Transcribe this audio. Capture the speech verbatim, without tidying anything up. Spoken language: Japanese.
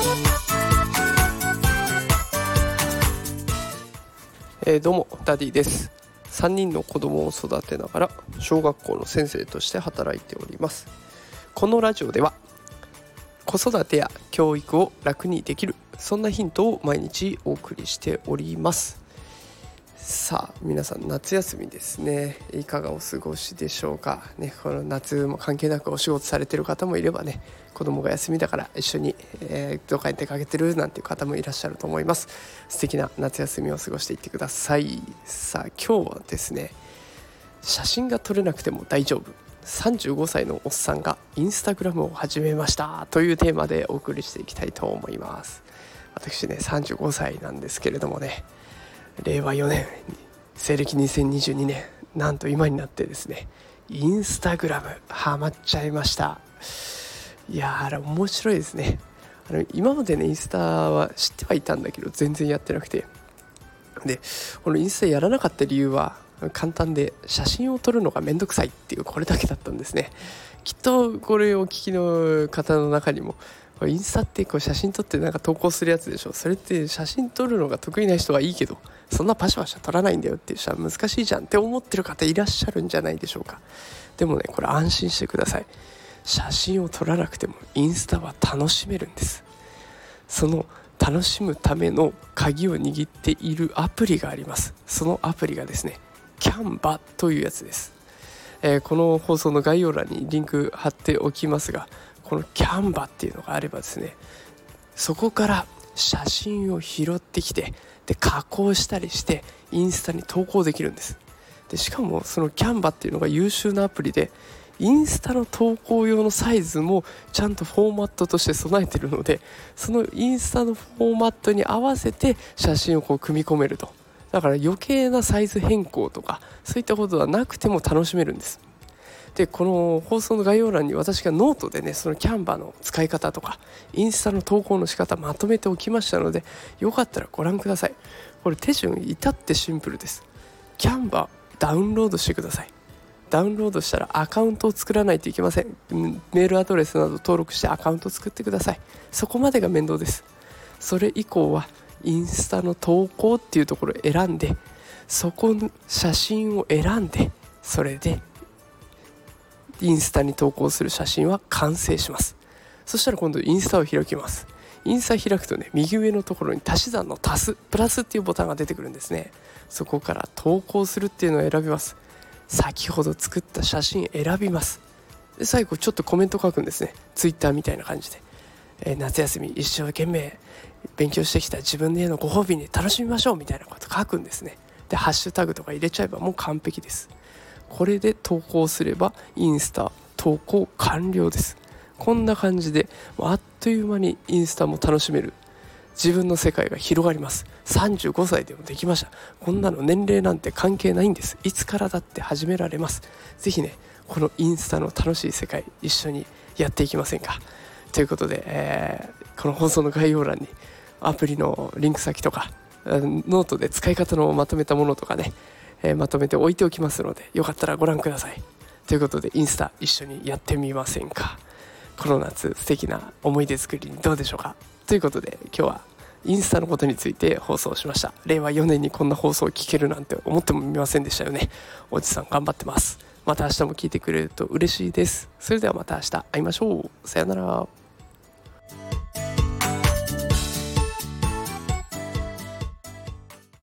えー、どうもダディです。さんにんの子供を育てながら小学校の先生として働いております。このラジオでは子育てや教育を楽にできる、そんなヒントを毎日お送りしております。さあ皆さん、夏休みですね、いかがお過ごしでしょうかね。この夏も関係なくお仕事されてる方もいればね、子供が休みだから一緒に、えー、どっかに出かけてるなんていう方もいらっしゃると思います。素敵な夏休みを過ごしていってください。さあ今日はですね、写真が撮れなくても大丈夫、さんじゅうごさいのおっさんがインスタグラムを始めましたというテーマでお送りしていきたいと思います。私ねさんじゅうごさいなんですけれどもね、れいわよねん、西暦にせんにじゅうにねん、なんと今になってですね、インスタグラムハマっちゃいました。いやー、あれ面白いですね。あの今までねインスタは知ってはいたんだけど全然やってなくて、でこのインスタやらなかった理由は簡単で、写真を撮るのがめんどくさいっていうこれだけだったんですね。きっとこれをお聞きの方の中にも、インスタってこう写真撮ってなんか投稿するやつでしょ、それって写真撮るのが得意な人はいいけど、そんなパシャパシャ撮らないんだよっていう人は難しいじゃんって思ってる方いらっしゃるんじゃないでしょうか。でもね、これ安心してください。写真を撮らなくてもインスタは楽しめるんです。その楽しむための鍵を握っているアプリがあります。そのアプリがですね、キャンバというやつです。えー、この放送の概要欄にリンク貼っておきますが、このキャンバっていうのがあればですね、そこから写真を拾ってきて、で加工したりしてインスタに投稿できるんです。でしかもそのキャンバっていうのが優秀なアプリで、インスタの投稿用のサイズもちゃんとフォーマットとして備えているので、そのインスタのフォーマットに合わせて写真をこう組み込めると。だから余計なサイズ変更とかそういったことはなくても楽しめるんです。でこの放送の概要欄に私がノートでね、そのキャンバの使い方とかインスタの投稿の仕方まとめておきましたので、よかったらご覧ください。これ手順至ってシンプルです。キャンバダウンロードしてください。ダウンロードしたらアカウントを作らないといけません。メールアドレスなど登録してアカウントを作ってください。そこまでが面倒です。それ以降はインスタの投稿っていうところを選んで、そこの写真を選んで、それでインスタに投稿する写真は完成します。そしたら今度インスタを開きます。インスタ開くとね、右上のところに足し算の足すプラスっていうボタンが出てくるんですね。そこから投稿するっていうのを選びます。先ほど作った写真選びます。で最後ちょっとコメント書くんですね。ツイッターみたいな感じで、えー、夏休み一生懸命勉強してきた自分へのご褒美に楽しみましょうみたいなこと書くんですね。でハッシュタグとか入れちゃえばもう完璧です。これで投稿すればインスタ投稿完了です。こんな感じであっという間にインスタも楽しめる、自分の世界が広がります。さんじゅうごさいでもできました。こんなの年齢なんて関係ないんです。いつからだって始められます。ぜひね、このインスタの楽しい世界一緒にやっていきませんか。ということで、えー、この放送の概要欄にアプリのリンク先とかノートで使い方のまとめたものとかね、えー、まとめて置いておきますので、よかったらご覧ください。ということでインスタ一緒にやってみませんか。この夏素敵な思い出作りにどうでしょうか。ということで今日はインスタのことについて放送しました。れいわよねんにこんな放送を聞けるなんて思ってもみませんでしたよね。おじさん頑張ってます。また明日も聞いてくれると嬉しいです。それではまた明日会いましょう。さよなら。